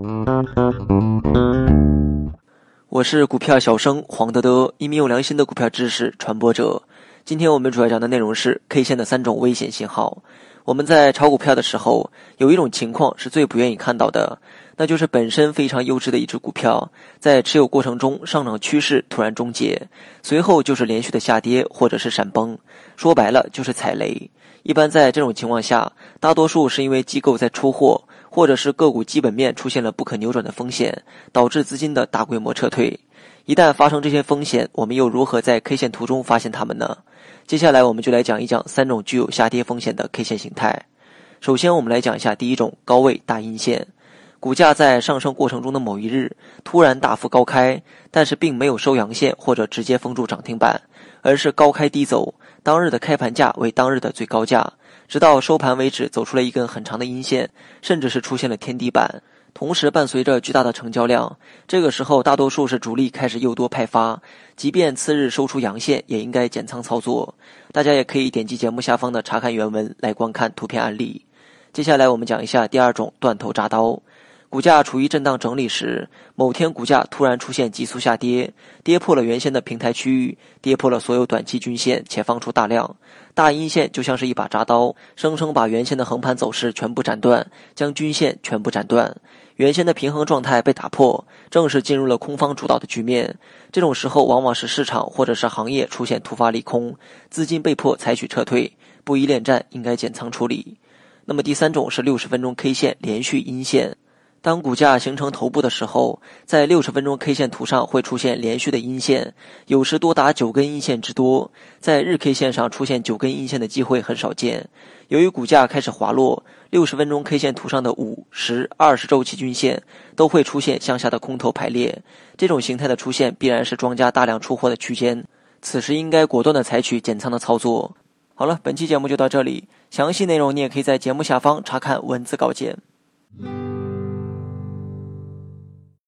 我是股票小生黄德德，一名有良心的股票知识传播者。今天我们主要讲的内容是 K 线的3种危险信号。我们在炒股票的时候，有一种情况是最不愿意看到的，那就是本身非常优质的一只股票，在持有过程中上涨趋势突然终结，随后就是连续的下跌或者是闪崩，说白了就是踩雷。一般在这种情况下，大多数是因为机构在出货，或者是个股基本面出现了不可扭转的风险，导致资金的大规模撤退。一旦发生这些风险，我们又如何在 K 线图中发现它们呢？接下来我们就来讲一讲3种具有下跌风险的 K 线形态。首先我们来讲一下第一种高位大阴线。股价在上升过程中的某一日突然大幅高开，但是并没有收阳线或者直接封住涨停板，而是高开低走，当日的开盘价为当日的最高价，直到收盘为止走出了一根很长的阴线，甚至是出现了天地板，同时伴随着巨大的成交量。这个时候大多数是主力开始诱多派发，即便次日收出阳线也应该减仓操作。大家也可以点击节目下方的查看原文来观看图片案例。接下来我们讲一下第二种断头铡刀。股价处于震荡整理时，某天股价突然出现急速下跌，跌破了原先的平台区域，跌破了所有短期均线，且放出大量。大阴线就像是一把铡刀，生生把原先的横盘走势全部斩断，将均线全部斩断。原先的平衡状态被打破，正式进入了空方主导的局面。这种时候往往是市场或者是行业出现突发利空，资金被迫采取撤退，不宜恋战，应该减仓处理。那么第三种是60分钟 K 线连续阴线。当股价形成头部的时候，在60分钟 K 线图上会出现连续的阴线，有时多达9根阴线之多。在日 K 线上出现9根阴线的机会很少见。由于股价开始滑落，60分钟 K 线图上的5、10、20周期均线都会出现向下的空头排列。这种形态的出现必然是庄家大量出货的区间，此时应该果断地采取减仓的操作。好了，本期节目就到这里，详细内容你也可以在节目下方查看文字稿件。